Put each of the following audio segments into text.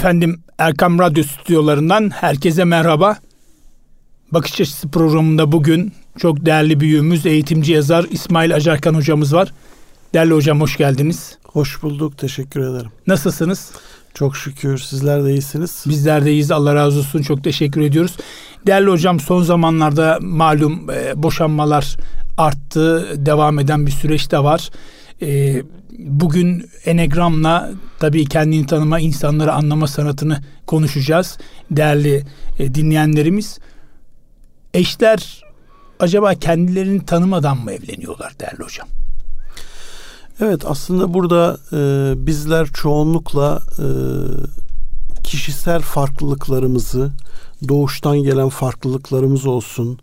Efendim, Erkam Radyo stüdyolarından herkese merhaba. Bakış Açısı programında bugün çok değerli büyüğümüz, eğitimci yazar İsmail Acarkan hocamız var. Değerli hocam, hoş geldiniz. Hoş bulduk, teşekkür ederim. Nasılsınız? Çok şükür, sizler de iyisiniz. Bizler de iyiyiz, Allah razı olsun, çok teşekkür ediyoruz. Değerli hocam, son zamanlarda malum boşanmalar arttı, devam eden bir süreç de var. Bugün Enegram'la tabii kendini tanıma, insanları anlama sanatını konuşacağız. Değerli dinleyenlerimiz, eşler acaba kendilerini tanımadan mı evleniyorlar değerli hocam? Evet, aslında burada bizler çoğunlukla kişisel farklılıklarımızı, doğuştan gelen farklılıklarımız olsun,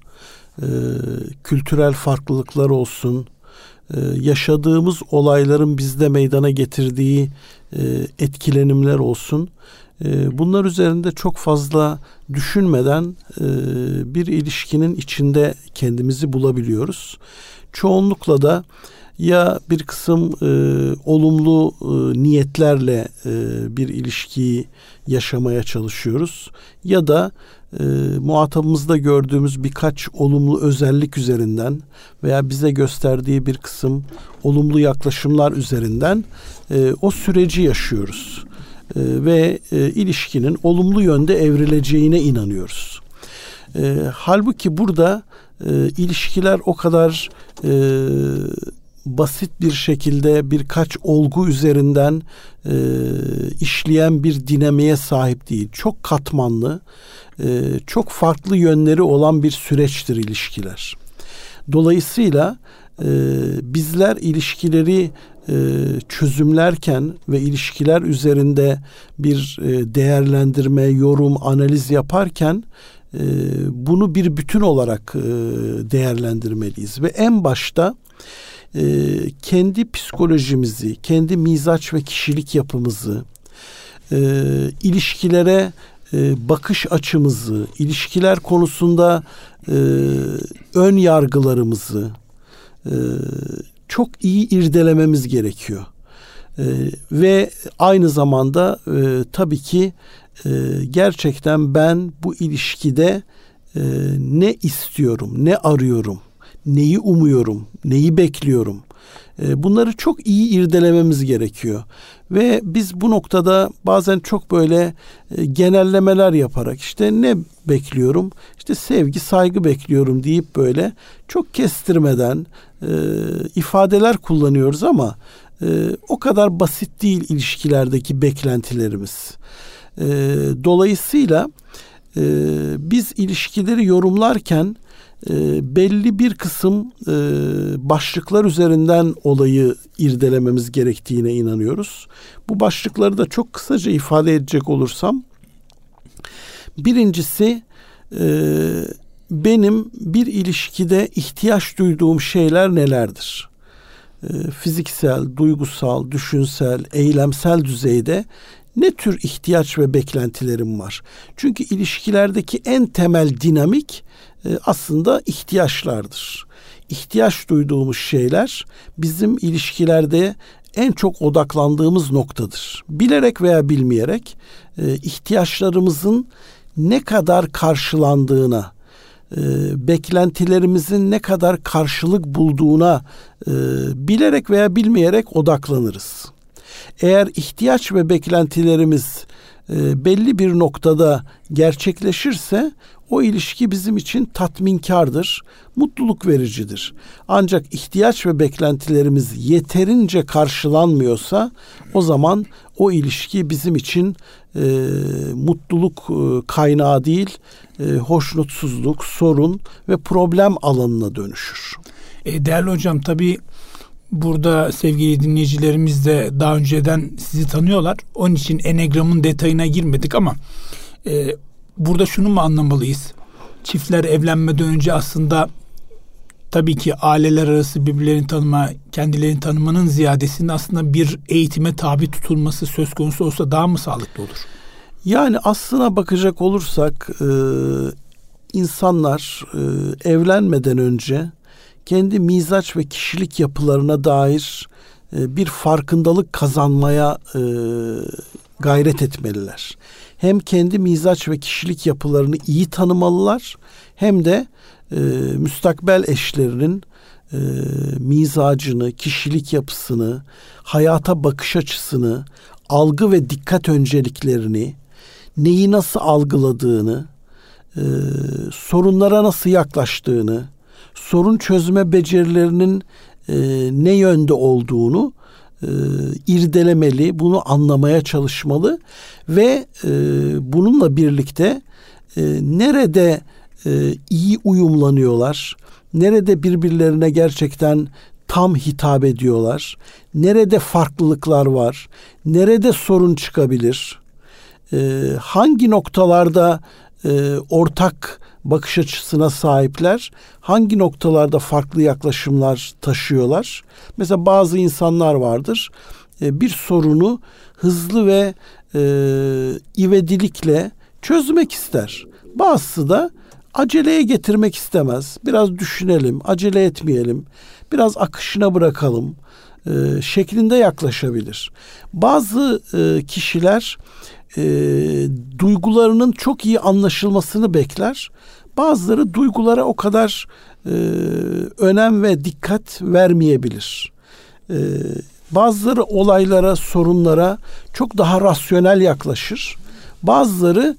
kültürel farklılıklar olsun, yaşadığımız olayların bizde meydana getirdiği etkilenimler olsun. Bunlar üzerinde çok fazla düşünmeden bir ilişkinin içinde kendimizi bulabiliyoruz. Çoğunlukla da ya bir kısım olumlu niyetlerle bir ilişkiyi yaşamaya çalışıyoruz ya da muhatabımızda gördüğümüz birkaç olumlu özellik üzerinden veya bize gösterdiği bir kısım olumlu yaklaşımlar üzerinden o süreci yaşıyoruz ve ilişkinin olumlu yönde evrileceğine inanıyoruz. Halbuki burada ilişkiler o kadar basit bir şekilde birkaç olgu üzerinden işleyen bir dinamiğe sahip değil. Çok katmanlı, çok farklı yönleri olan bir süreçtir ilişkiler. Dolayısıyla bizler ilişkileri çözümlerken ve ilişkiler üzerinde bir değerlendirme, yorum, analiz yaparken bunu bir bütün olarak değerlendirmeliyiz. Ve en başta kendi psikolojimizi, kendi mizaç ve kişilik yapımızı, ilişkilere bakış açımızı, ilişkiler konusunda ön yargılarımızı çok iyi irdelememiz gerekiyor. Ve aynı zamanda tabii ki gerçekten ben bu ilişkide ne istiyorum, ne arıyorum, neyi umuyorum, neyi bekliyorum? Bunları çok iyi irdelememiz gerekiyor. Ve biz bu noktada bazen çok böyle genellemeler yaparak işte ne bekliyorum? İşte sevgi, saygı bekliyorum deyip böyle çok kestirmeden ifadeler kullanıyoruz ama o kadar basit değil ilişkilerdeki beklentilerimiz. Dolayısıyla biz ilişkileri yorumlarken belli bir kısım başlıklar üzerinden olayı irdelememiz gerektiğine inanıyoruz. Bu başlıkları da çok kısaca ifade edecek olursam, birincisi benim bir ilişkide ihtiyaç duyduğum şeyler nelerdir? Fiziksel, duygusal, düşünsel, eylemsel düzeyde ne tür ihtiyaç ve beklentilerim var? Çünkü ilişkilerdeki en temel dinamik aslında ihtiyaçlardır. İhtiyaç duyduğumuz şeyler bizim ilişkilerde en çok odaklandığımız noktadır. Bilerek veya bilmeyerek ihtiyaçlarımızın ne kadar karşılandığına, beklentilerimizin ne kadar karşılık bulduğuna bilerek veya bilmeyerek odaklanırız. Eğer ihtiyaç ve beklentilerimiz belli bir noktada gerçekleşirse o ilişki bizim için tatminkardır, mutluluk vericidir. Ancak ihtiyaç ve beklentilerimiz yeterince karşılanmıyorsa o zaman o ilişki bizim için mutluluk kaynağı değil, hoşnutsuzluk, sorun ve problem alanına dönüşür. Değerli hocam, tabii burada sevgili dinleyicilerimiz de daha önceden sizi tanıyorlar. Onun için Enegram'ın detayına girmedik ama burada şunu mu anlamalıyız? Çiftler evlenmeden önce aslında tabii ki aileler arası birbirlerini tanıma, kendilerini tanımanın ziyadesinde aslında bir eğitime tabi tutulması söz konusu olsa daha mı sağlıklı olur? Yani aslına bakacak olursak insanlar evlenmeden önce kendi mizaç ve kişilik yapılarına dair bir farkındalık kazanmaya gayret etmeliler. Hem kendi mizaç ve kişilik yapılarını iyi tanımalılar, hem de müstakbel eşlerinin mizacını, kişilik yapısını, hayata bakış açısını, algı ve dikkat önceliklerini, neyi nasıl algıladığını, sorunlara nasıl yaklaştığını, sorun çözme becerilerinin ne yönde olduğunu irdelemeli, bunu anlamaya çalışmalı ve bununla birlikte nerede iyi uyumlanıyorlar, nerede birbirlerine gerçekten tam hitap ediyorlar, nerede farklılıklar var, nerede sorun çıkabilir, hangi noktalarda ortak bakış açısına sahipler, hangi noktalarda farklı yaklaşımlar taşıyorlar. Mesela bazı insanlar vardır, bir sorunu hızlı ve ivedilikle çözmek ister. Bazısı da aceleye getirmek istemez. Biraz düşünelim, acele etmeyelim, biraz akışına bırakalım şeklinde yaklaşabilir. Bazı kişiler duygularının çok iyi anlaşılmasını bekler. Bazıları duygulara o kadar önem ve dikkat vermeyebilir. Bazıları olaylara, sorunlara çok daha rasyonel yaklaşır. Bazıları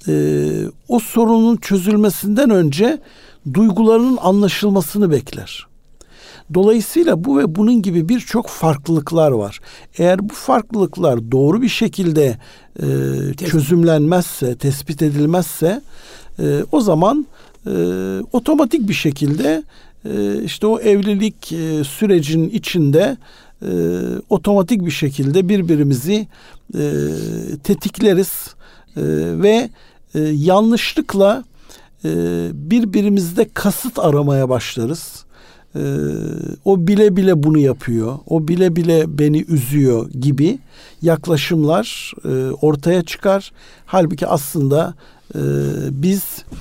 o sorunun çözülmesinden önce duygularının anlaşılmasını bekler. Dolayısıyla bu ve bunun gibi birçok farklılıklar var. Eğer bu farklılıklar doğru bir şekilde çözümlenmezse, tespit edilmezse o zaman otomatik bir şekilde işte o evlilik sürecinin içinde otomatik bir şekilde birbirimizi tetikleriz ve yanlışlıkla birbirimizde kasıt aramaya başlarız. O bile bile bunu yapıyor, o bile bile beni üzüyor gibi yaklaşımlar ortaya çıkar. Halbuki aslında biz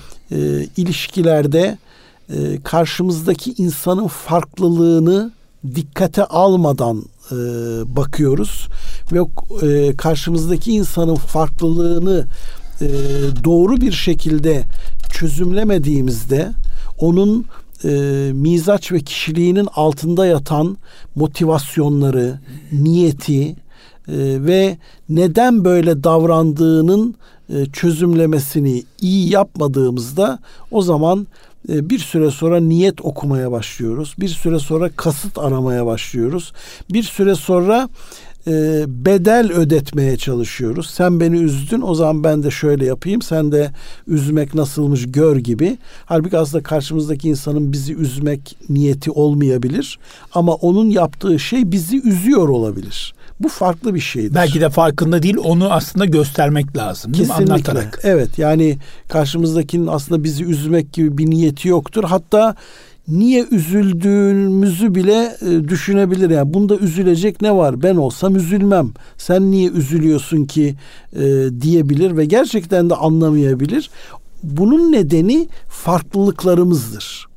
ilişkilerde karşımızdaki insanın farklılığını dikkate almadan bakıyoruz ve karşımızdaki insanın farklılığını doğru bir şekilde çözümlemediğimizde onun mizaç ve kişiliğinin altında yatan motivasyonları, niyeti ve neden böyle davrandığının çözümlemesini iyi yapmadığımızda o zaman bir süre sonra niyet okumaya başlıyoruz. Bir süre sonra kasıt aramaya başlıyoruz. Bir süre sonra bedel ödetmeye çalışıyoruz. Sen beni üzdün, o zaman ben de şöyle yapayım. Sen de üzmek nasılmış gör gibi. Halbuki aslında karşımızdaki insanın bizi üzmek niyeti olmayabilir. Ama onun yaptığı şey bizi üzüyor olabilir. Bu farklı bir şeydir. Belki de farkında değil, onu aslında göstermek lazım. Kesinlikle. Anlatarak. Evet, yani karşımızdakinin aslında bizi üzmek gibi bir niyeti yoktur. Hatta niye üzüldüğümüzü bile düşünebilir. Yani bunda üzülecek ne var? Ben olsam üzülmem. Sen niye üzülüyorsun ki diyebilir ve gerçekten de anlamayabilir. Bunun nedeni farklılıklarımızdır.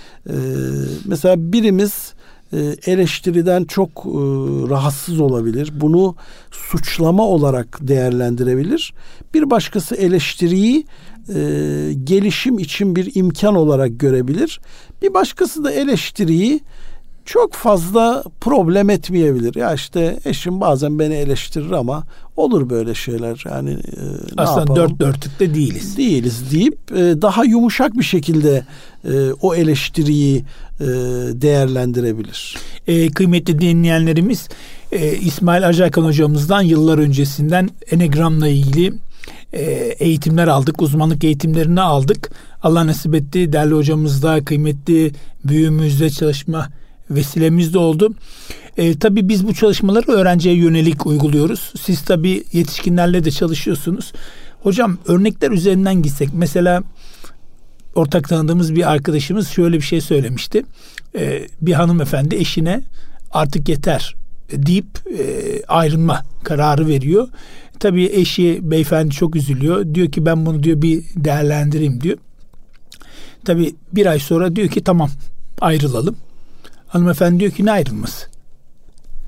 Mesela birimiz eleştiriden çok rahatsız olabilir. Bunu suçlama olarak değerlendirebilir. Bir başkası eleştiriyi gelişim için bir imkan olarak görebilir. Bir başkası da eleştiriyi çok fazla problem etmeyebilir. Ya işte eşim bazen beni eleştirir ama olur böyle şeyler. Yani aslında dört dörtlük de değiliz. Değiliz deyip daha yumuşak bir şekilde o eleştiriyi değerlendirebilir. Kıymetli dinleyenlerimiz, İsmail Acarkan hocamızdan yıllar öncesinden Enegram'la ilgili eğitimler aldık. Uzmanlık eğitimlerini aldık. Allah nasip etti. Değerli hocamızla, kıymetli büyüğümüzle çalışma vesilemiz de oldu. Tabii biz bu çalışmaları öğrenciye yönelik uyguluyoruz. Siz tabii yetişkinlerle de çalışıyorsunuz. Hocam, örnekler üzerinden gitsek. Mesela ortak tanıdığımız bir arkadaşımız şöyle bir şey söylemişti. Bir hanımefendi eşine artık yeter deyip ayrılma kararı veriyor. Tabii eşi, beyefendi çok üzülüyor. Diyor ki ben bunu diyor bir değerlendireyim diyor. Tabii bir ay sonra diyor ki tamam ayrılalım. Hanımefendi diyor ki ne ayrılması?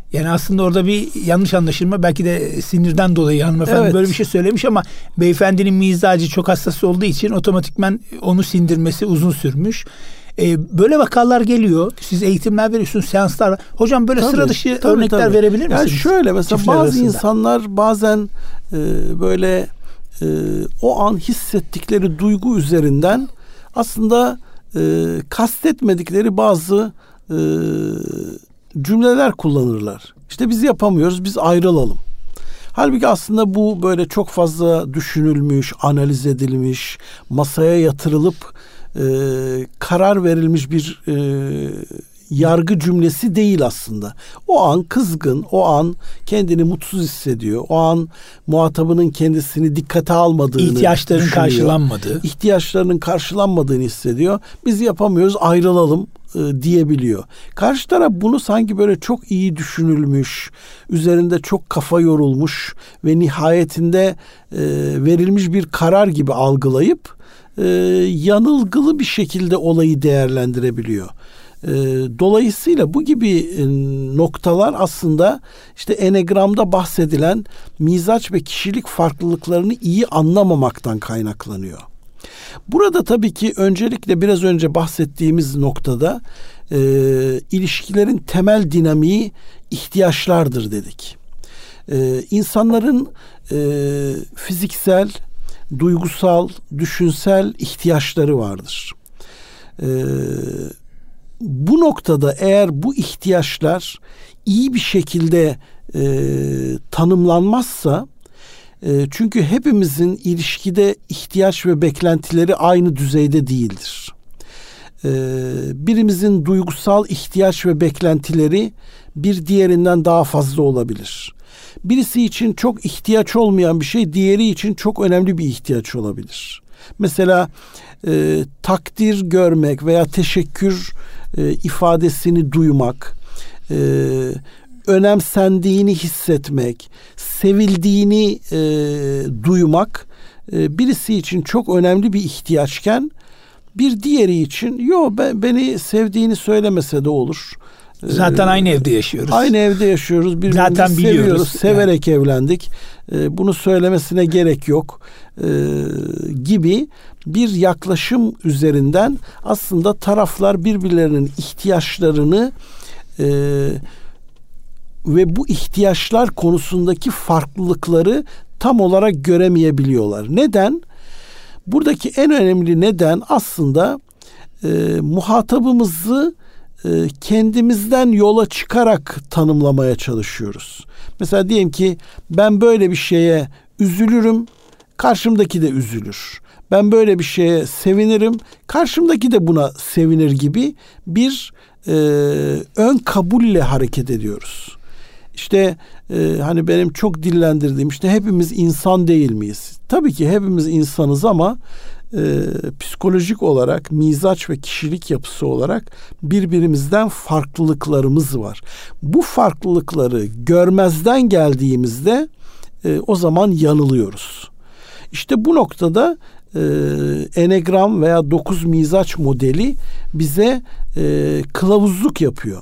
Yani aslında orada bir yanlış anlaşılma, belki de sinirden dolayı hanımefendi Evet. böyle bir şey söylemiş ama beyefendinin mizacı çok hassas olduğu için otomatikman onu sindirmesi uzun sürmüş. Böyle vakalar geliyor. Siz eğitimler veriyorsunuz, seanslar var. Hocam böyle sıra dışı örnekler verebilir misiniz? Yani şöyle mesela Çiftler bazı arasında. insanlar bazen böyle o an hissettikleri duygu üzerinden aslında kastetmedikleri bazı cümleler kullanırlar. İşte biz yapamıyoruz, biz ayrılalım. Halbuki aslında bu böyle çok fazla düşünülmüş, analiz edilmiş, masaya yatırılıp karar verilmiş bir yargı cümlesi değil aslında. O an kızgın, o an kendini mutsuz hissediyor. O an muhatabının kendisini dikkate almadığını ihtiyaçlarının karşılanmadığını hissediyor. Biz yapamıyoruz, ayrılalım diyebiliyor. Karşı taraf bunu sanki böyle çok iyi düşünülmüş, üzerinde çok kafa yorulmuş ve nihayetinde verilmiş bir karar gibi algılayıp yanılgılı bir şekilde olayı değerlendirebiliyor. Dolayısıyla bu gibi noktalar aslında işte Enegram'da bahsedilen mizaç ve kişilik farklılıklarını iyi anlamamaktan kaynaklanıyor. Burada tabii ki öncelikle biraz önce bahsettiğimiz noktada ilişkilerin temel dinamiği ihtiyaçlardır dedik. İnsanların fiziksel, duygusal, düşünsel ihtiyaçları vardır. Bu noktada eğer bu ihtiyaçlar iyi bir şekilde tanımlanmazsa, çünkü hepimizin ilişkide ihtiyaç ve beklentileri aynı düzeyde değildir. Birimizin duygusal ihtiyaç ve beklentileri bir diğerinden daha fazla olabilir. Birisi için çok ihtiyaç olmayan bir şey diğeri için çok önemli bir ihtiyaç olabilir. Mesela takdir görmek veya teşekkür ifadesini duymak, önemsendiğini hissetmek, sevildiğini duymak birisi için çok önemli bir ihtiyaçken bir diğeri için beni sevdiğini söylemese de olur. Zaten aynı evde yaşıyoruz. Aynı evde yaşıyoruz. Birbirimizi zaten seviyoruz. Severek evlendik. Bunu söylemesine gerek yok. Gibi bir yaklaşım üzerinden aslında taraflar birbirlerinin ihtiyaçlarını ve bu ihtiyaçlar konusundaki farklılıkları tam olarak göremeyebiliyorlar. Neden? Buradaki en önemli neden aslında muhatabımızı kendimizden yola çıkarak tanımlamaya çalışıyoruz. Mesela diyelim ki ben böyle bir şeye üzülürüm, karşımdaki de üzülür. Ben böyle bir şeye sevinirim, karşımdaki de buna sevinir gibi bir ön kabulle hareket ediyoruz. İşte hani benim çok dillendirdiğim işte hepimiz insan değil miyiz? Tabii ki hepimiz insanız ama psikolojik olarak, mizaç ve kişilik yapısı olarak birbirimizden farklılıklarımız var. Bu farklılıkları görmezden geldiğimizde o zaman yanılıyoruz. İşte bu noktada Enegram veya 9 mizaç modeli bize kılavuzluk yapıyor.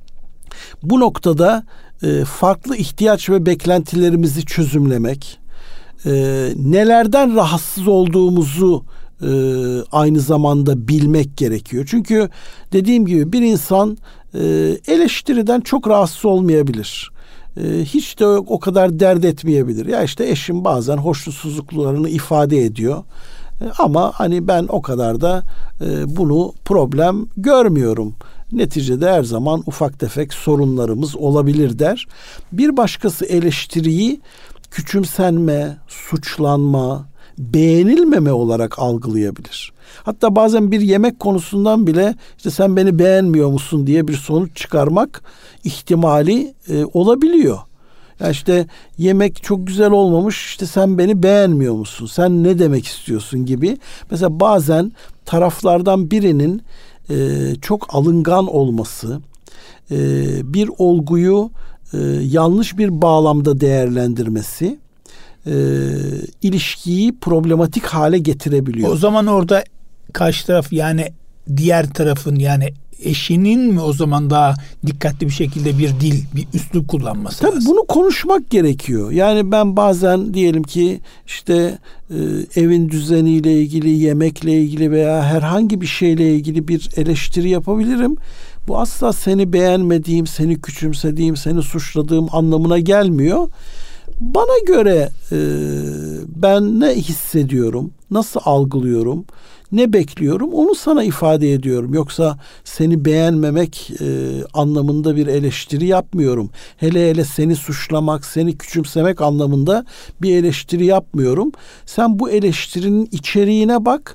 Bu noktada farklı ihtiyaç ve beklentilerimizi çözümlemek, nelerden rahatsız olduğumuzu aynı zamanda bilmek gerekiyor. Çünkü dediğim gibi bir insan eleştiriden çok rahatsız olmayabilir. Hiç de o kadar dert etmeyebilir. Ya işte eşim bazen hoşnutsuzluklarını ifade ediyor. Ama hani ben o kadar da bunu problem görmüyorum. Neticede her zaman ufak tefek sorunlarımız olabilir der. Bir başkası eleştiriyi küçümsenme, suçlanma, beğenilmeme olarak algılayabilir. Hatta bazen bir yemek konusundan bile işte sen beni beğenmiyor musun diye bir sonuç çıkarmak ihtimali olabiliyor. Yani işte yemek çok güzel olmamış, işte sen beni beğenmiyor musun? Sen ne demek istiyorsun gibi. Mesela bazen taraflardan birinin çok alıngan olması, bir olguyu yanlış bir bağlamda değerlendirmesi ilişkiyi problematik hale getirebiliyor. O zaman orada karşı taraf, yani diğer tarafın, yani eşinin mi o zaman daha dikkatli bir şekilde bir dil, bir üslup kullanması Tabii lazım? bunu konuşmak gerekiyor. Yani ben bazen diyelim ki işte evin düzeniyle ilgili, yemekle ilgili veya herhangi bir şeyle ilgili bir eleştiri yapabilirim. Bu asla seni beğenmediğim, seni küçümsediğim, seni suçladığım anlamına gelmiyor. Bana göre ben ne hissediyorum, nasıl algılıyorum, ne bekliyorum onu sana ifade ediyorum. Yoksa seni beğenmemek anlamında bir eleştiri yapmıyorum. Hele hele seni suçlamak, seni küçümsemek anlamında bir eleştiri yapmıyorum. Sen bu eleştirinin içeriğine bak.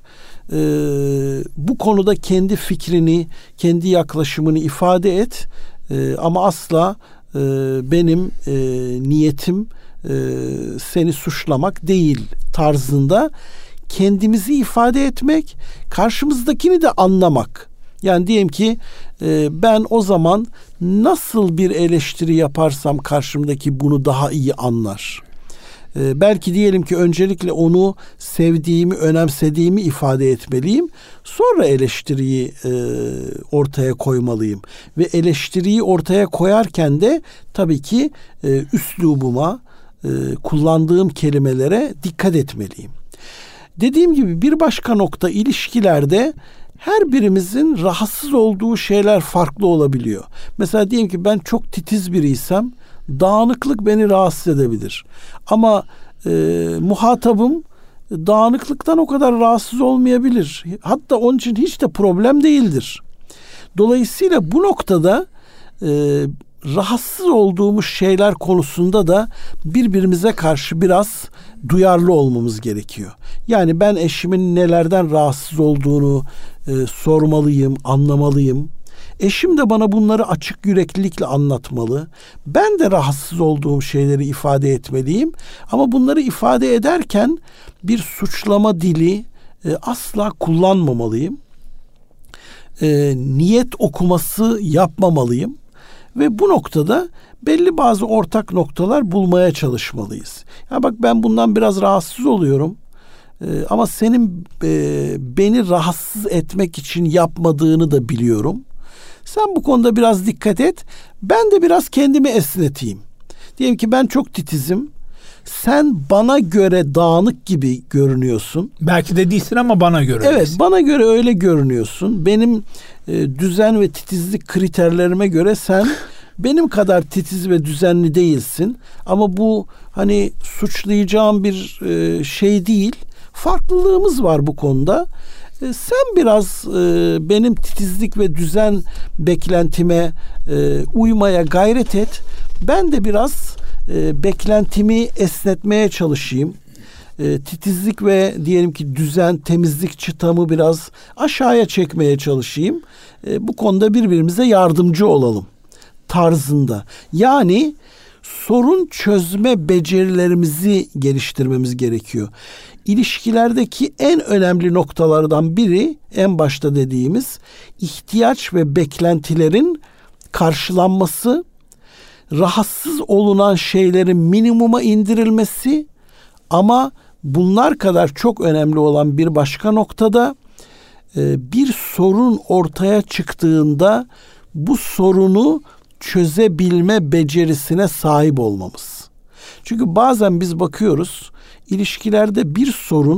Bu konuda kendi fikrini, kendi yaklaşımını ifade et. Ama asla benim niyetim seni suçlamak değil tarzında kendimizi ifade etmek, karşımızdakini de anlamak. Yani diyelim ki ben o zaman nasıl bir eleştiri yaparsam karşımdaki bunu daha iyi anlar. Belki diyelim ki öncelikle onu sevdiğimi, önemsediğimi ifade etmeliyim. Sonra eleştiriyi ortaya koymalıyım. Ve eleştiriyi ortaya koyarken de tabii ki üslubuma, kullandığım kelimelere dikkat etmeliyim. Dediğim gibi bir başka nokta, ilişkilerde her birimizin rahatsız olduğu şeyler farklı olabiliyor. Mesela diyelim ki ben çok titiz biriysem dağınıklık beni rahatsız edebilir. Ama muhatabım dağınıklıktan o kadar rahatsız olmayabilir. Hatta onun için hiç de problem değildir. Dolayısıyla bu noktada rahatsız olduğumuz şeyler konusunda da birbirimize karşı biraz duyarlı olmamız gerekiyor. Yani ben eşimin nelerden rahatsız olduğunu sormalıyım, anlamalıyım. Eşim de bana bunları açık yüreklilikle anlatmalı. Ben de rahatsız olduğum şeyleri ifade etmeliyim. Ama bunları ifade ederken bir suçlama dili asla kullanmamalıyım. Niyet okuması yapmamalıyım. Ve bu noktada belli bazı ortak noktalar bulmaya çalışmalıyız. Ya bak ben bundan biraz rahatsız oluyorum. Ama senin beni rahatsız etmek için yapmadığını da biliyorum. Sen bu konuda biraz dikkat et. Ben de biraz kendimi esneteyim. Diyelim ki ben çok titizim. Sen bana göre dağınık gibi görünüyorsun. Belki de değilsin ama bana göre. Evet, öylesin. bana göre öyle görünüyorsun. Benim düzen ve titizlik kriterlerime göre sen benim kadar titiz ve düzenli değilsin. Ama bu hani suçlayacağım bir şey değil. Farklılığımız var bu konuda. Sen biraz benim titizlik ve düzen beklentime uymaya gayret et. Ben de biraz beklentimi esnetmeye çalışayım. Titizlik ve diyelim ki düzen, temizlik çıtamı biraz aşağıya çekmeye çalışayım. Bu konuda birbirimize yardımcı olalım tarzında. Yani sorun çözme becerilerimizi geliştirmemiz gerekiyor. İlişkilerdeki en önemli noktalardan biri, en başta dediğimiz ihtiyaç ve beklentilerin karşılanması, rahatsız olunan şeylerin minimuma indirilmesi, ama bunlar kadar çok önemli olan bir başka noktada bir sorun ortaya çıktığında bu sorunu çözebilme becerisine sahip olmamız. Çünkü bazen biz bakıyoruz ilişkilerde bir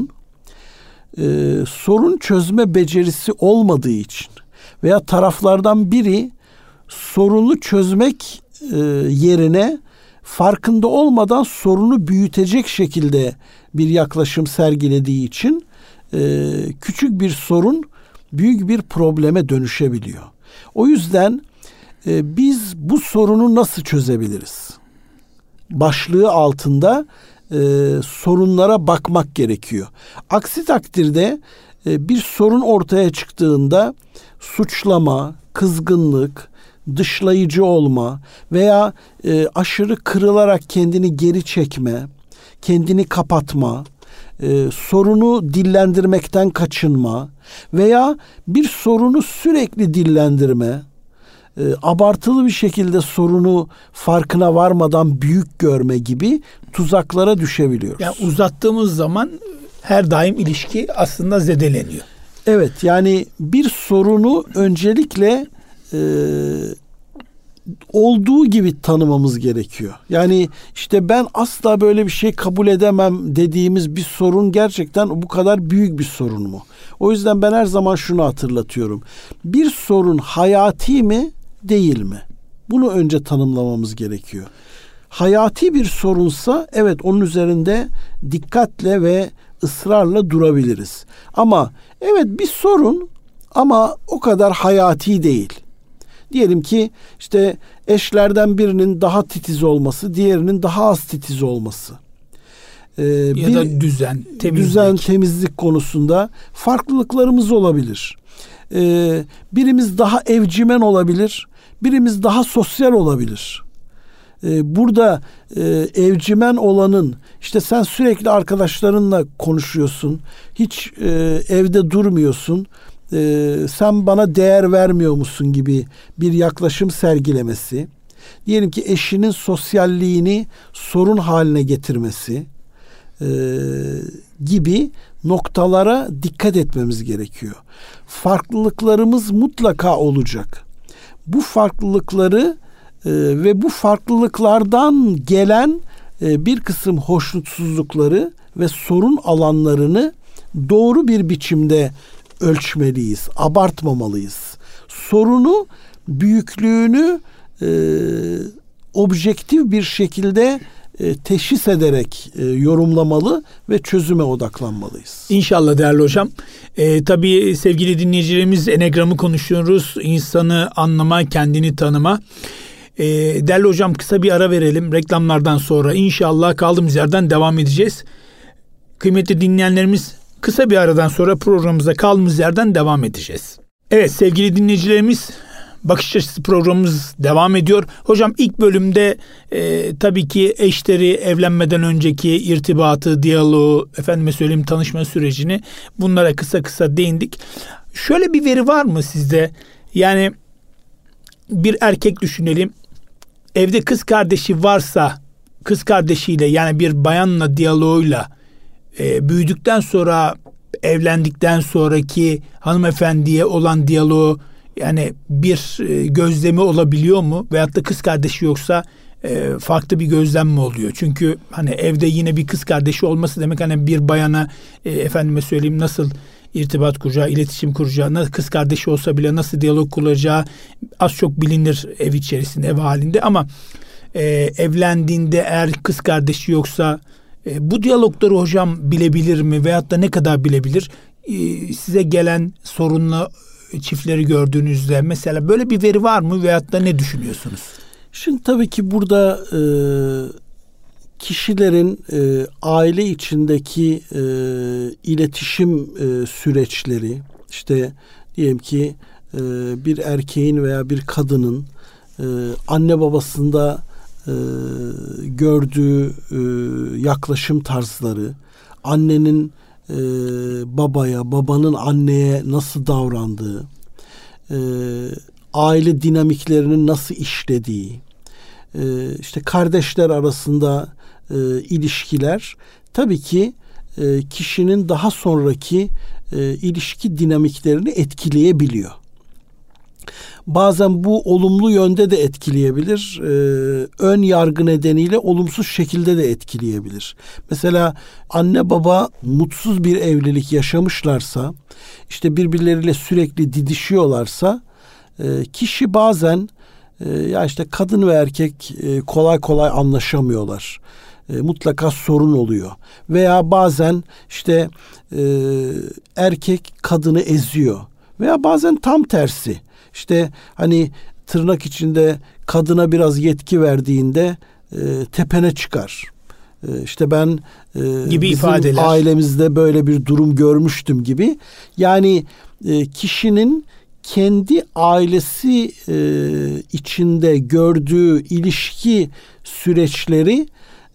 sorun çözme becerisi olmadığı için veya taraflardan biri sorunu çözmek yerine farkında olmadan sorunu büyütecek şekilde bir yaklaşım sergilediği için küçük bir sorun büyük bir probleme dönüşebiliyor. O yüzden biz bu sorunu nasıl çözebiliriz? Başlığı altında sorunlara bakmak gerekiyor. Aksi takdirde bir sorun ortaya çıktığında suçlama, kızgınlık, dışlayıcı olma veya aşırı kırılarak kendini geri çekme, kendini kapatma, sorunu dillendirmekten kaçınma veya bir sorunu sürekli dillendirme, abartılı bir şekilde sorunu farkına varmadan büyük görme gibi tuzaklara düşebiliyoruz. Yani uzattığımız zaman her daim ilişki aslında zedeleniyor. Evet, yani bir sorunu öncelikle olduğu gibi tanımamız gerekiyor. Yani işte ben asla böyle bir şey kabul edemem dediğimiz bir sorun gerçekten bu kadar büyük bir sorun mu? O yüzden ben her zaman şunu hatırlatıyorum. Bir sorun hayati mi, değil mi? Bunu önce tanımlamamız gerekiyor. Hayati bir sorunsa evet, onun üzerinde dikkatle ve ısrarla durabiliriz. Ama evet, bir sorun ama o kadar hayati değil. Diyelim ki işte eşlerden birinin daha titiz olması, diğerinin daha az titiz olması. Ya da düzen, temizlik konusunda farklılıklarımız olabilir. Birimiz daha evcimen olabilir, birimiz daha sosyal olabilir. Burada evcimen olanın, işte sen sürekli arkadaşlarınla konuşuyorsun, hiç evde durmuyorsun, sen bana değer vermiyor musun gibi bir yaklaşım sergilemesi, diyelim ki eşinin sosyalliğini sorun haline getirmesi gibi noktalara dikkat etmemiz gerekiyor. Farklılıklarımız mutlaka olacak. Bu farklılıkları ve bu farklılıklardan gelen bir kısım hoşnutsuzlukları ve sorun alanlarını doğru bir biçimde ölçmeliyiz, abartmamalıyız. Sorunu, büyüklüğünü objektif bir şekilde teşhis ederek yorumlamalı ve çözüme odaklanmalıyız. İnşallah değerli hocam. Tabii sevgili dinleyicilerimiz, Enegram'ı konuşuyoruz. İnsanı anlama, kendini tanıma. Değerli hocam, kısa bir ara verelim. Reklamlardan sonra inşallah kaldığımız yerden devam edeceğiz. Kıymetli dinleyenlerimiz, kısa bir aradan sonra programımıza kaldığımız yerden devam edeceğiz. Evet sevgili dinleyicilerimiz, Bakış Açısı programımız devam ediyor. Hocam ilk bölümde tabii ki eşleri evlenmeden önceki irtibatı, diyaloğu, tanışma sürecini, bunlara kısa kısa değindik. Şöyle bir veri var mı sizde? Yani bir erkek düşünelim. Evde kız kardeşi varsa kız kardeşiyle, yani bir bayanla diyaloğuyla büyüdükten sonra, evlendikten sonraki hanımefendiye olan diyaloğu, yani bir gözlemi olabiliyor mu? Veyahut da kız kardeşi yoksa farklı bir gözlem mi oluyor? Çünkü hani evde yine bir kız kardeşi olması demek, hani bir bayana nasıl irtibat kuracağı, iletişim kuracağı, kız kardeşi olsa bile nasıl diyalog kuracağı az çok bilinir ev içerisinde, ev halinde. Ama evlendiğinde eğer kız kardeşi yoksa bu diyalogları hocam bilebilir mi? Veyahut da ne kadar bilebilir? Size gelen sorunlu çiftleri gördüğünüzde mesela böyle bir veri var mı veyahut da ne düşünüyorsunuz? Şimdi tabii ki burada kişilerin aile içindeki iletişim süreçleri, işte diyelim ki bir erkeğin veya bir kadının anne babasında gördüğü yaklaşım tarzları, annenin babaya, babanın anneye nasıl davrandığı, aile dinamiklerinin nasıl işlediği, işte kardeşler arasında ilişkiler tabii ki kişinin daha sonraki ilişki dinamiklerini etkileyebiliyor. Bazen bu olumlu yönde de etkileyebilir. Ön yargı nedeniyle olumsuz şekilde de etkileyebilir. Mesela anne baba mutsuz bir evlilik yaşamışlarsa, işte birbirleriyle sürekli didişiyorlarsa, kişi bazen ya işte kadın ve erkek kolay kolay anlaşamıyorlar. Mutlaka sorun oluyor. Veya bazen işte erkek kadını eziyor. Veya bazen tam tersi. İşte hani tırnak içinde kadına biraz yetki verdiğinde tepene çıkar. İşte ben gibi bizim ifadeler, ailemizde böyle bir durum görmüştüm gibi. Yani kişinin kendi ailesi içinde gördüğü ilişki süreçleri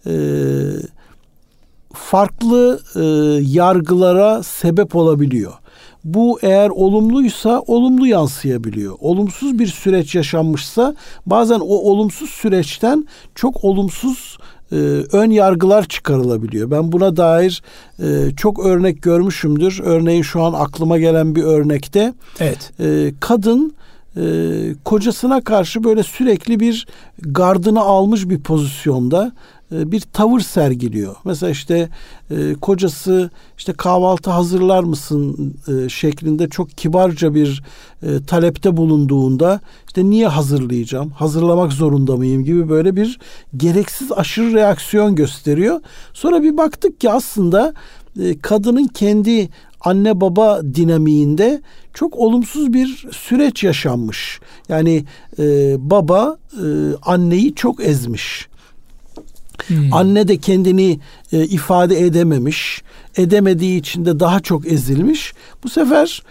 farklı yargılara sebep olabiliyor. Bu eğer olumluysa olumlu yansıyabiliyor. Olumsuz bir süreç yaşanmışsa bazen o olumsuz süreçten çok olumsuz ön yargılar çıkarılabiliyor. Ben buna dair çok örnek görmüşümdür. Örneğin şu an aklıma gelen bir örnekte, evet, kadın kocasına karşı böyle sürekli bir gardını almış bir pozisyonda bir tavır sergiliyor. Mesela işte kocası işte kahvaltı hazırlar mısın şeklinde çok kibarca bir talepte bulunduğunda işte niye hazırlayacağım, hazırlamak zorunda mıyım gibi böyle bir gereksiz aşırı reaksiyon gösteriyor. Sonra bir baktık ki aslında kadının kendi anne baba dinamiğinde çok olumsuz bir süreç yaşanmış. Yani baba anneyi çok ezmiş. Anne de kendini ifade edememiş. Edemediği için de daha çok ezilmiş. Bu sefer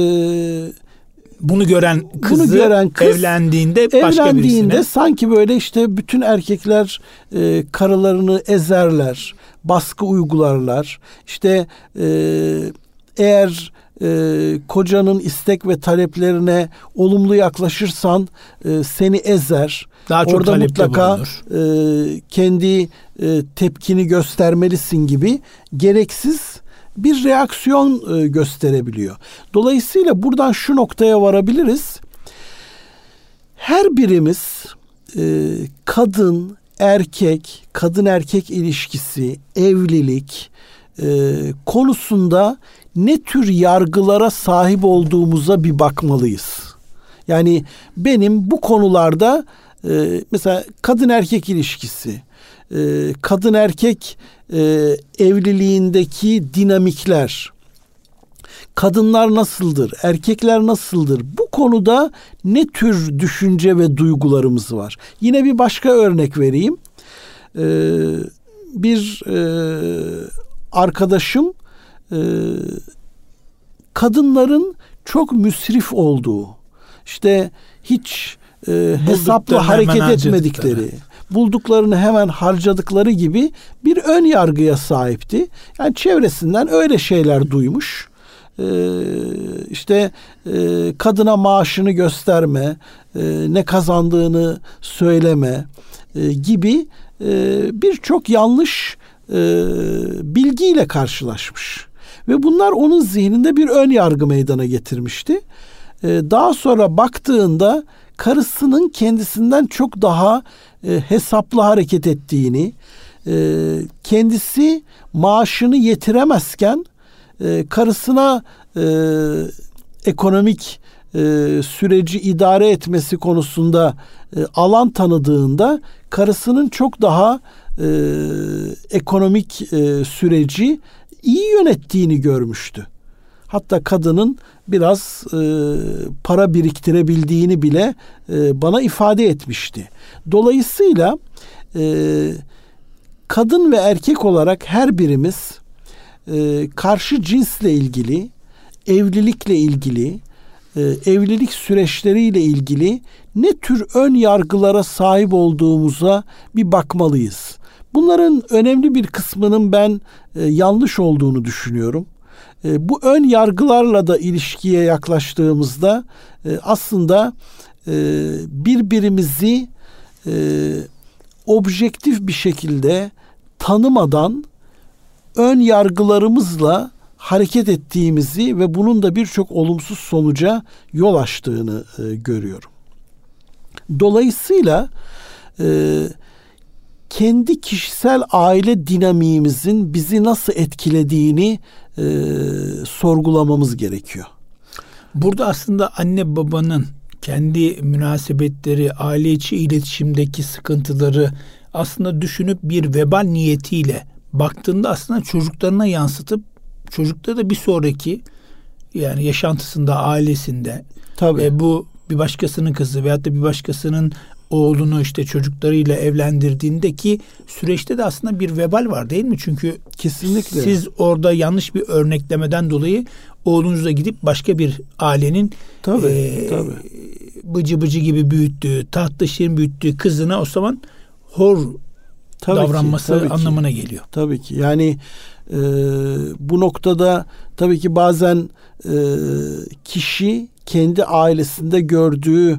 bunu gören kız evlendiğinde başka birisine, sanki böyle işte bütün erkekler karılarını ezerler, baskı uygularlar. İşte eğer kocanın istek ve taleplerine olumlu yaklaşırsan seni ezer. Daha çok orada mutlaka kendi tepkini göstermelisin gibi gereksiz bir reaksiyon gösterebiliyor. Dolayısıyla buradan şu noktaya varabiliriz. Her birimiz kadın erkek ilişkisi, evlilik konusunda ne tür yargılara sahip olduğumuza bir bakmalıyız. Yani benim bu konularda mesela kadın erkek ilişkisi, kadın erkek evliliğindeki dinamikler, kadınlar nasıldır, erkekler nasıldır? Bu konuda ne tür düşünce ve duygularımız var? Yine bir başka örnek vereyim. Bir arkadaşım kadınların çok müsrif olduğu, işte hiç hesapla hareket etmedikleri, bulduklarını hemen harcadıkları gibi bir ön yargıya sahipti. Yani çevresinden öyle şeyler duymuş. İşte kadına maaşını gösterme, ne kazandığını söyleme gibi birçok yanlış bilgiyle karşılaşmış. Ve bunlar onun zihninde bir ön yargı meydana getirmişti. Daha sonra baktığında karısının kendisinden çok daha hesaplı hareket ettiğini, kendisi maaşını yetiremezken karısına ekonomik süreci idare etmesi konusunda alan tanıdığında karısının çok daha ekonomik süreci iyi yönettiğini görmüştü. Hatta kadının biraz para biriktirebildiğini bile bana ifade etmişti. Dolayısıyla kadın ve erkek olarak her birimiz karşı cinsle ilgili, evlilikle ilgili, evlilik süreçleriyle ilgili ne tür ön yargılara sahip olduğumuza bir bakmalıyız. Bunların önemli bir kısmının ben yanlış olduğunu düşünüyorum. Bu ön yargılarla da ilişkiye yaklaştığımızda aslında birbirimizi objektif bir şekilde tanımadan ön yargılarımızla hareket ettiğimizi ve bunun da birçok olumsuz sonuca yol açtığını görüyorum. Dolayısıyla kendi kişisel aile dinamiğimizin bizi nasıl etkilediğini sorgulamamız gerekiyor. Burada aslında anne babanın kendi münasebetleri, aile içi iletişimdeki sıkıntıları aslında düşünüp bir vebal niyetiyle baktığında aslında çocuklarına yansıtıp çocukları da bir sonraki yani yaşantısında, ailesinde bu bir başkasının kızı veyahut da bir başkasının oğlunu işte çocuklarıyla evlendirdiğindeki süreçte de aslında bir vebal var değil mi? Çünkü kesinlikle siz orada yanlış bir örneklemeden dolayı oğlunuzla gidip başka bir ailenin bıcı bıcı gibi büyüttüğü, tatlı şirin büyüttüğü kızına o zaman hor davranması anlamına geliyor. Tabii ki. Yani bu noktada tabii ki bazen kişi kendi ailesinde gördüğü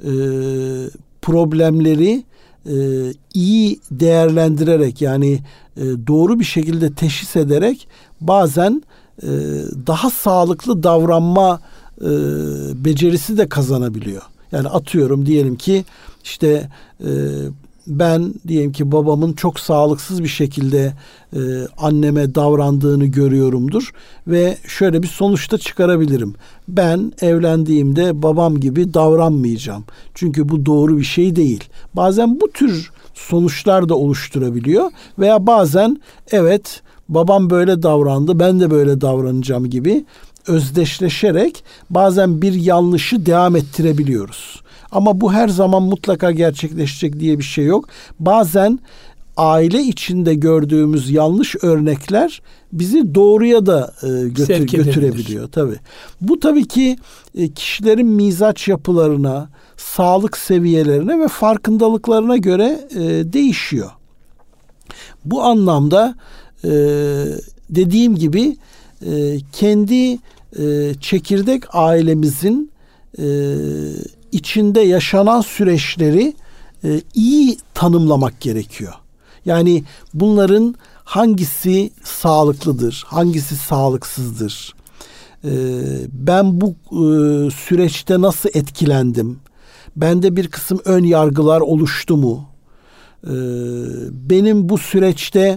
problemleri iyi değerlendirerek yani doğru bir şekilde teşhis ederek bazen daha sağlıklı davranma becerisi de kazanabiliyor. Yani atıyorum, diyelim ki işte ben diyelim ki babamın çok sağlıksız bir şekilde anneme davrandığını görüyorumdur ve şöyle bir sonuçta çıkarabilirim. Ben evlendiğimde babam gibi davranmayacağım. Çünkü bu doğru bir şey değil. Bazen bu tür sonuçlar da oluşturabiliyor veya bazen evet babam böyle davrandı, ben de böyle davranacağım gibi özdeşleşerek bazen bir yanlışı devam ettirebiliyoruz. Ama bu her zaman mutlaka gerçekleşecek diye bir şey yok. Bazen aile içinde gördüğümüz yanlış örnekler bizi doğruya da götürebiliyor. Tabii. Bu tabii ki kişilerin mizaç yapılarına, sağlık seviyelerine ve farkındalıklarına göre değişiyor. Bu anlamda dediğim gibi kendi çekirdek ailemizin içinde yaşanan süreçleri iyi tanımlamak gerekiyor. Yani bunların hangisi sağlıklıdır, hangisi sağlıksızdır? Ben bu süreçte nasıl etkilendim? Bende bir kısım ön yargılar oluştu mu? Benim bu süreçte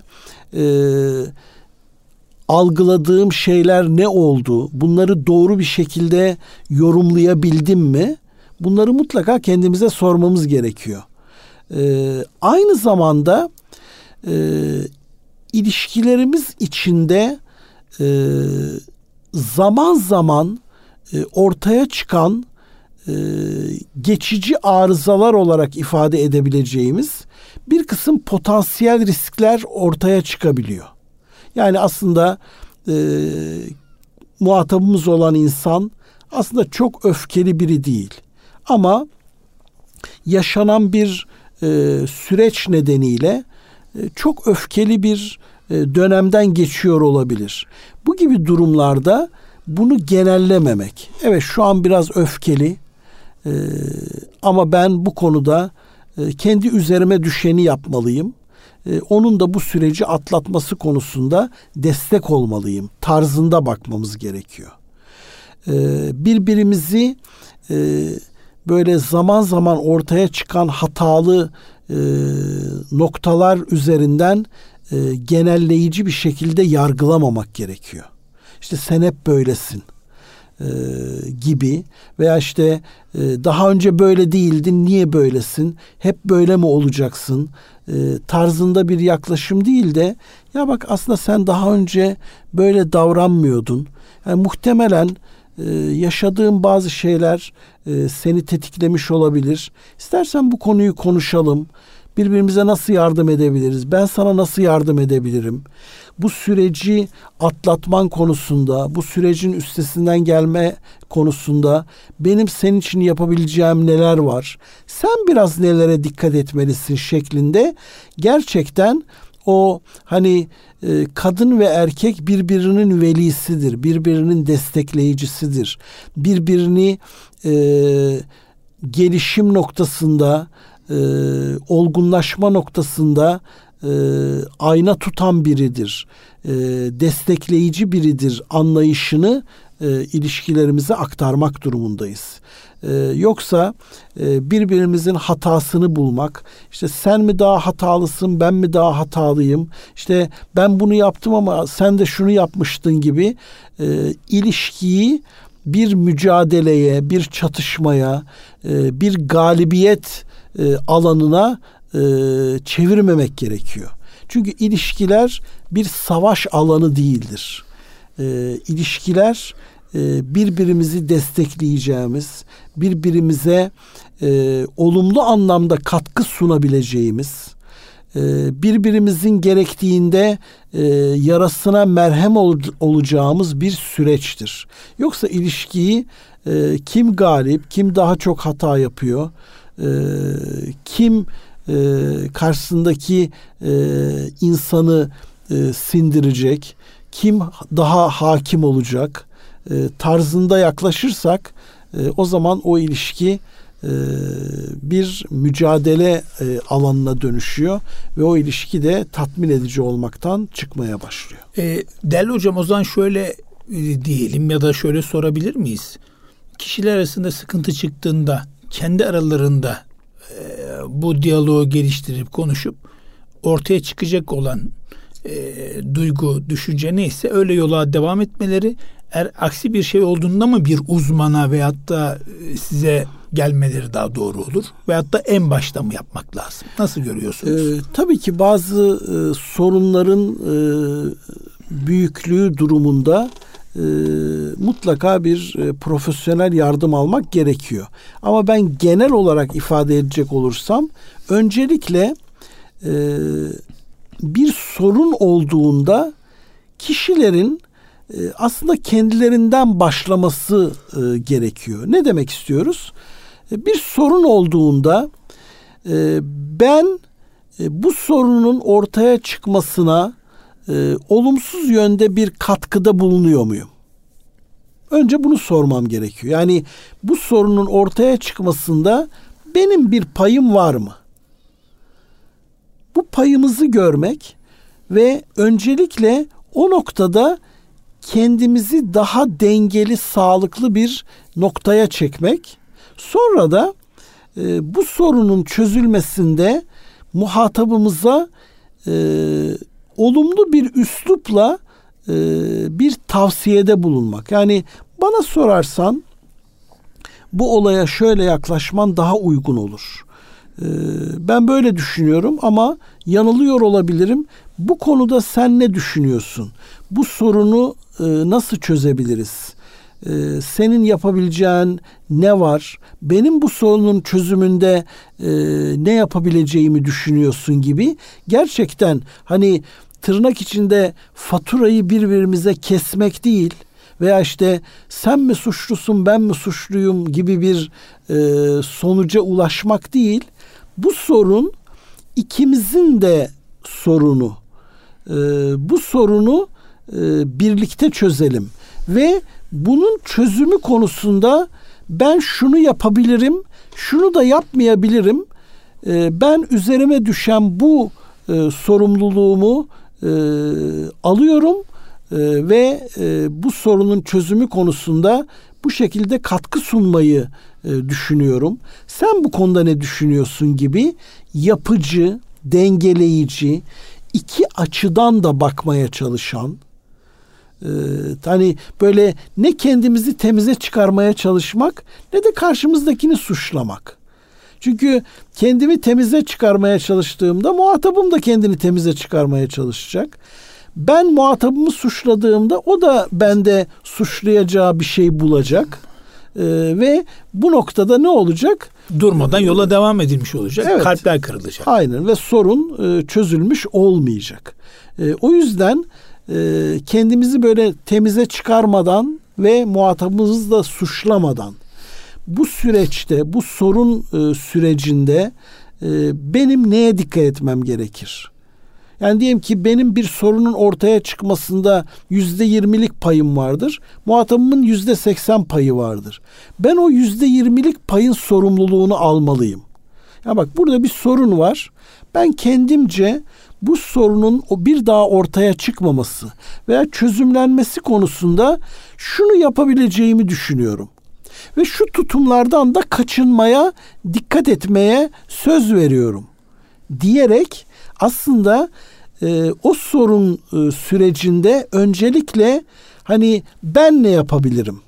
algıladığım şeyler ne oldu? Bunları doğru bir şekilde yorumlayabildim mi? Bunları mutlaka kendimize sormamız gerekiyor. Aynı zamanda ilişkilerimiz içinde zaman zaman ortaya çıkan geçici arızalar olarak ifade edebileceğimiz bir kısım potansiyel riskler ortaya çıkabiliyor. Yani aslında muhatabımız olan insan aslında çok öfkeli biri değil. Ama yaşanan bir süreç nedeniyle çok öfkeli bir dönemden geçiyor olabilir. Bu gibi durumlarda bunu genellememek. Evet, şu an biraz öfkeli ama ben bu konuda kendi üzerime düşeni yapmalıyım. Onun da bu süreci atlatması konusunda destek olmalıyım tarzında bakmamız gerekiyor. Birbirimizi böyle zaman zaman ortaya çıkan hatalı noktalar üzerinden genelleyici bir şekilde yargılamamak gerekiyor. İşte sen hep böylesin gibi veya işte daha önce böyle değildin, niye böylesin, hep böyle mi olacaksın tarzında bir yaklaşım değil de ya bak aslında sen daha önce böyle davranmıyordun. Yani muhtemelen yaşadığın bazı şeyler seni tetiklemiş olabilir. İstersen bu konuyu konuşalım. Birbirimize nasıl yardım edebiliriz? Ben sana nasıl yardım edebilirim? Bu süreci atlatman konusunda, bu sürecin üstesinden gelme konusunda benim senin için yapabileceğim neler var? Sen biraz nelere dikkat etmelisin şeklinde gerçekten o hani kadın ve erkek birbirinin velisidir, birbirinin destekleyicisidir. Birbirini gelişim noktasında, olgunlaşma noktasında ayna tutan biridir, destekleyici biridir anlayışını ilişkilerimize aktarmak durumundayız. Yoksa birbirimizin hatasını bulmak, işte sen mi daha hatalısın, ben mi daha hatalıyım, işte ben bunu yaptım ama sen de şunu yapmıştın gibi ilişkiyi bir mücadeleye, bir çatışmaya, bir galibiyet alanına çevirmemek gerekiyor. Çünkü ilişkiler bir savaş alanı değildir. İlişkiler birbirimizi destekleyeceğimiz, birbirimize olumlu anlamda katkı sunabileceğimiz, birbirimizin gerektiğinde yarasına merhem olacağımız bir süreçtir. Yoksa ilişkiyi kim galip, kim daha çok hata yapıyor, kim karşısındaki insanı sindirecek, kim daha hakim olacak tarzında yaklaşırsak o zaman o ilişki bir mücadele alanına dönüşüyor ve o ilişki de tatmin edici olmaktan çıkmaya başlıyor. Değerli hocam, o zaman şöyle diyelim ya da şöyle sorabilir miyiz? Kişiler arasında sıkıntı çıktığında kendi aralarında bu diyaloğu geliştirip konuşup ortaya çıkacak olan duygu, düşünce neyse öyle yola devam etmeleri, eğer aksi bir şey olduğunda mı bir uzmana veyahut da size gelmeleri daha doğru olur? Veyahut da en başta mı yapmak lazım? Nasıl görüyorsunuz? Tabii ki bazı sorunların büyüklüğü durumunda mutlaka bir profesyonel yardım almak gerekiyor. Ama ben genel olarak ifade edecek olursam, öncelikle bir sorun olduğunda kişilerin aslında kendilerinden başlaması gerekiyor. Ne demek istiyoruz? Bir sorun olduğunda ben bu sorunun ortaya çıkmasına olumsuz yönde bir katkıda bulunuyor muyum? Önce bunu sormam gerekiyor. Yani bu sorunun ortaya çıkmasında benim bir payım var mı? Bu payımızı görmek ve öncelikle o noktada kendimizi daha dengeli, sağlıklı bir noktaya çekmek. Sonra da bu sorunun çözülmesinde muhatabımıza olumlu bir üslupla bir tavsiyede bulunmak. Yani bana sorarsan bu olaya şöyle yaklaşman daha uygun olur. Ben böyle düşünüyorum ama yanılıyor olabilirim. Bu konuda sen ne düşünüyorsun? Bu sorunu nasıl çözebiliriz? Senin yapabileceğin ne var? Benim bu sorunun çözümünde ne yapabileceğimi düşünüyorsun gibi, gerçekten hani tırnak içinde faturayı birbirimize kesmek değil veya işte sen mi suçlusun ben mi suçluyum gibi bir sonuca ulaşmak değil. Bu sorun ikimizin de sorunu. Bu sorunu birlikte çözelim ve bunun çözümü konusunda ben şunu yapabilirim, şunu da yapmayabilirim. Ben üzerime düşen bu sorumluluğumu alıyorum ve bu sorunun çözümü konusunda bu şekilde katkı sunmayı düşünüyorum. Sen bu konuda ne düşünüyorsun gibi yapıcı, dengeleyici, iki açıdan da bakmaya çalışan, hani böyle ne kendimizi temize çıkarmaya çalışmak ne de karşımızdakini suçlamak. Çünkü kendimi temize çıkarmaya çalıştığımda muhatabım da kendini temize çıkarmaya çalışacak. Ben muhatabımı suçladığımda o da bende suçlayacağı bir şey bulacak. Ve bu noktada ne olacak? Durmadan yola devam edilmiş olacak. Evet. Kalpler kırılacak. Aynen ve sorun çözülmüş olmayacak. O yüzden kendimizi böyle temize çıkarmadan ve muhatabımızı da suçlamadan bu süreçte, bu sorun sürecinde benim neye dikkat etmem gerekir? Yani diyelim ki benim bir sorunun ortaya çıkmasında %20'lik payım vardır. Muhatabımın %80 payı vardır. Ben o %20'lik payın sorumluluğunu almalıyım. Ya bak, burada bir sorun var. Ben kendimce bu sorunun o bir daha ortaya çıkmaması veya çözümlenmesi konusunda şunu yapabileceğimi düşünüyorum. Ve şu tutumlardan da kaçınmaya, dikkat etmeye söz veriyorum diyerek aslında o sorun sürecinde öncelikle hani ben ne yapabilirim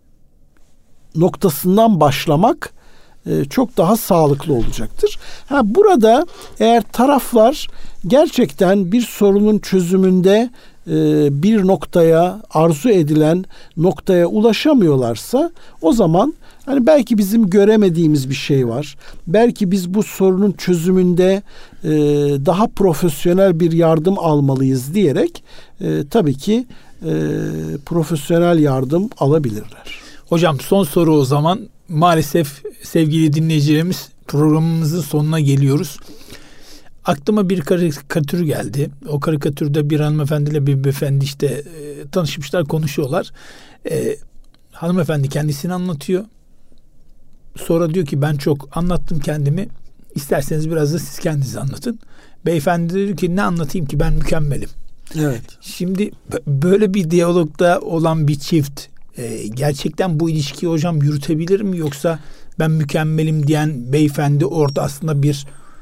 noktasından başlamak çok daha sağlıklı olacaktır. Burada eğer taraflar gerçekten bir sorunun çözümünde bir noktaya, arzu edilen noktaya ulaşamıyorlarsa o zaman hani belki bizim göremediğimiz bir şey var. Belki biz bu sorunun çözümünde daha profesyonel bir yardım almalıyız diyerek tabii ki profesyonel yardım alabilirler. Hocam son soru o zaman. Maalesef sevgili dinleyicilerimiz programımızın sonuna geliyoruz. Aklıma bir karikatür geldi. O karikatürde bir hanımefendiyle bir beyefendi işte tanışmışlar, konuşuyorlar. Hanımefendi kendisini anlatıyor. Sonra diyor ki ben çok anlattım kendimi. İsterseniz biraz da siz kendinizi anlatın. Beyefendi diyor ki ne anlatayım ki, ben mükemmelim. Evet. Şimdi böyle bir diyalogda olan bir çift gerçekten bu ilişkiyi hocam yürütebilir mi, yoksa ben mükemmelim diyen beyefendi orada aslında bir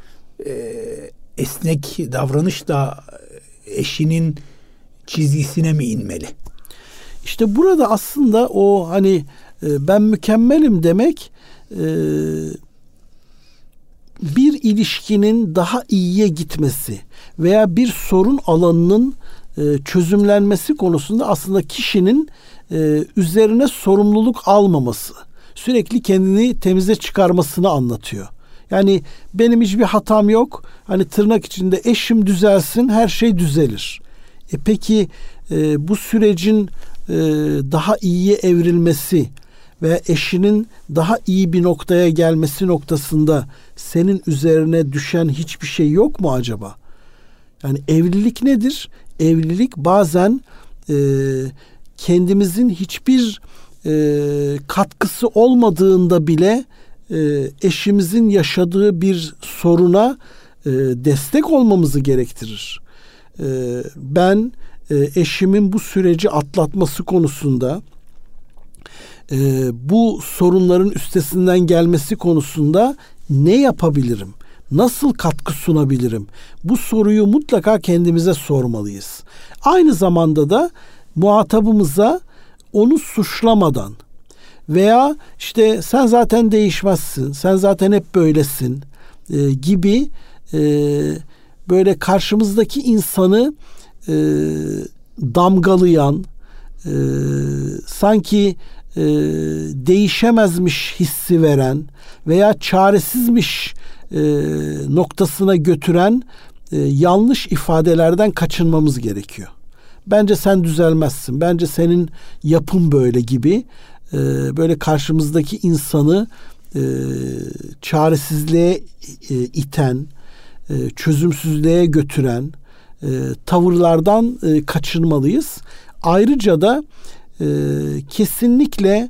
esnek davranışla eşinin çizgisine mi inmeli? İşte burada aslında o hani ben mükemmelim demek bir ilişkinin daha iyiye gitmesi veya bir sorun alanının çözümlenmesi konusunda aslında kişinin üzerine sorumluluk almaması, sürekli kendini temize çıkarmasını anlatıyor. Yani benim hiçbir hatam yok. Hani tırnak içinde eşim düzelsin, her şey düzelir. Peki bu sürecin daha iyiye evrilmesi ve eşinin daha iyi bir noktaya gelmesi noktasında senin üzerine düşen hiçbir şey yok mu acaba? Yani evlilik nedir? Evlilik bazen kendimizin hiçbir katkısı olmadığında bile eşimizin yaşadığı bir soruna destek olmamızı gerektirir. Ben eşimin bu süreci atlatması konusunda, bu sorunların üstesinden gelmesi konusunda ne yapabilirim? Nasıl katkı sunabilirim? Bu soruyu mutlaka kendimize sormalıyız. Aynı zamanda da muhatabımıza onu suçlamadan veya işte sen zaten değişmezsin, sen zaten hep böylesin gibi böyle karşımızdaki insanı damgalayan, sanki değişemezmiş hissi veren veya çaresizmiş noktasına götüren yanlış ifadelerden kaçınmamız gerekiyor. Bence sen düzelmezsin, bence senin yapın böyle gibi böyle karşımızdaki insanı çaresizliğe iten, çözümsüzlüğe götüren tavırlardan kaçınmalıyız. Ayrıca da kesinlikle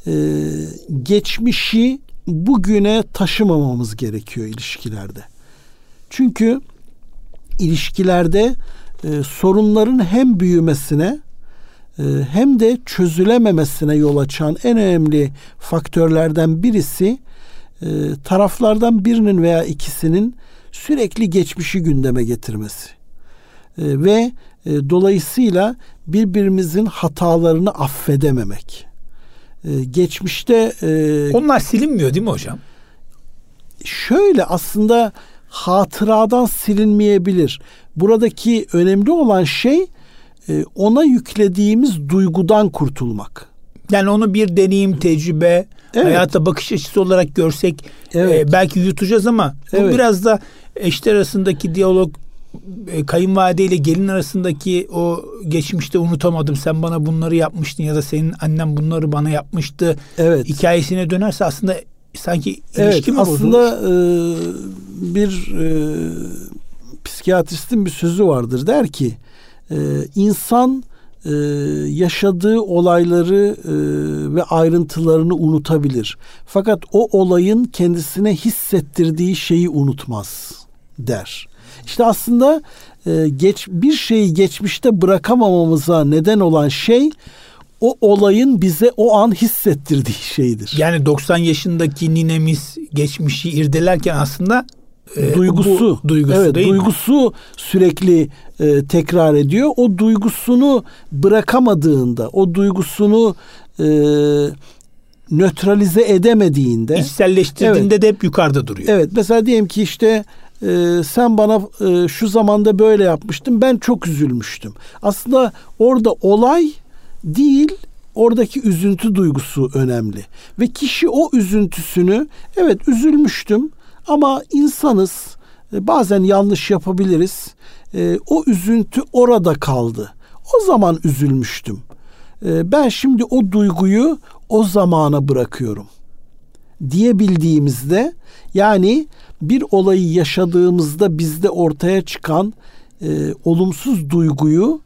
geçmişi bugüne taşımamamız gerekiyor ilişkilerde. Çünkü ilişkilerde sorunların hem büyümesine hem de çözülememesine yol açan en önemli faktörlerden birisi taraflardan birinin veya ikisinin sürekli geçmişi gündeme getirmesi. Ve dolayısıyla birbirimizin hatalarını affedememek. Geçmişte onlar silinmiyor değil mi hocam? Şöyle aslında hatıradan silinmeyebilir. Buradaki önemli olan şey ona yüklediğimiz duygudan kurtulmak. Yani onu bir deneyim, tecrübe, hayata bakış açısı olarak görsek belki yutacağız ama bu biraz da eşler arasındaki diyalog, kayınvalide ile gelin arasındaki o geçmişte unutamadım, sen bana bunları yapmıştın ya da senin annen bunları bana yapmıştı hikayesine dönerse aslında sanki ilişki mi bozulur? Aslında bir psikiyatristin bir sözü vardır, der ki insan yaşadığı olayları ve ayrıntılarını unutabilir. Fakat o olayın kendisine hissettirdiği şeyi unutmaz der. İşte aslında bir şeyi geçmişte bırakamamamıza neden olan şey o olayın bize o an hissettirdiği şeydir. Yani 90 yaşındaki ninemiz geçmişi irdelerken aslında duygusu değil duygusu mi? Sürekli tekrar ediyor. O duygusunu bırakamadığında, o duygusunu nötralize edemediğinde, içselleştirdiğinde de hep yukarıda duruyor. Evet, mesela diyelim ki işte sen bana şu zamanda böyle yapmıştın, ben çok üzülmüştüm. Aslında orada olay değil, oradaki üzüntü duygusu önemli. Ve kişi o üzüntüsünü, evet üzülmüştüm ama insanız, bazen yanlış yapabiliriz. O üzüntü orada kaldı. O zaman üzülmüştüm. Ben şimdi o duyguyu o zamana bırakıyorum diyebildiğimizde, yani bir olayı yaşadığımızda bizde ortaya çıkan olumsuz duyguyu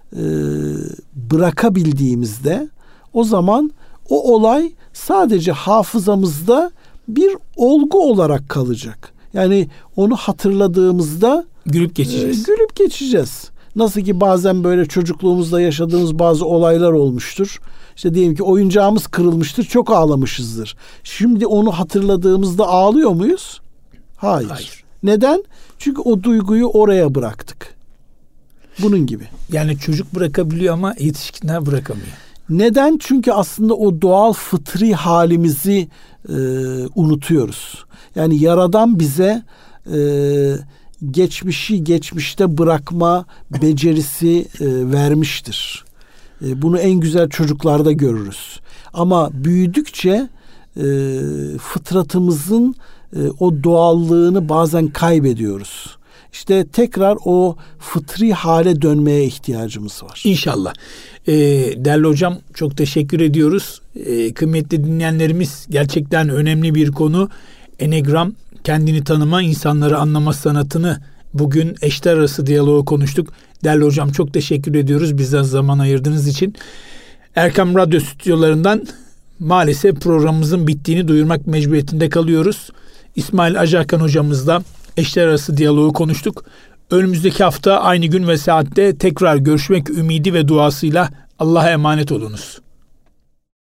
bırakabildiğimizde, o zaman o olay sadece hafızamızda bir olgu olarak kalacak. Yani onu hatırladığımızda gülüp geçeceğiz. Gülüp geçeceğiz. Nasıl ki bazen böyle çocukluğumuzda yaşadığımız bazı olaylar olmuştur. İşte diyelim ki oyuncağımız kırılmıştır, çok ağlamışızdır. Şimdi onu hatırladığımızda ağlıyor muyuz? Hayır. Neden? Çünkü o duyguyu oraya bıraktık. Bunun gibi. Yani çocuk bırakabiliyor ama yetişkinler bırakamıyor. Neden? Çünkü aslında o doğal fıtri halimizi unutuyoruz. Yani Yaradan bize geçmişi geçmişte bırakma becerisi vermiştir. Bunu en güzel çocuklarda görürüz. Ama büyüdükçe fıtratımızın o doğallığını bazen kaybediyoruz. İşte tekrar o fıtri hale dönmeye ihtiyacımız var. İnşallah. Değerli hocam, çok teşekkür ediyoruz. Kıymetli dinleyenlerimiz, gerçekten önemli bir konu. Enegram, kendini tanıma, insanları anlama sanatını bugün eşler arası diyaloğu konuştuk. Değerli hocam, çok teşekkür ediyoruz bizden zaman ayırdığınız için. Erkam Radyo stüdyolarından maalesef programımızın bittiğini duyurmak mecburiyetinde kalıyoruz. İsmail Acarkan hocamızla eşler arası diyaloğu konuştuk. Önümüzdeki hafta aynı gün ve saatte tekrar görüşmek ümidi ve duasıyla Allah'a emanet olunuz.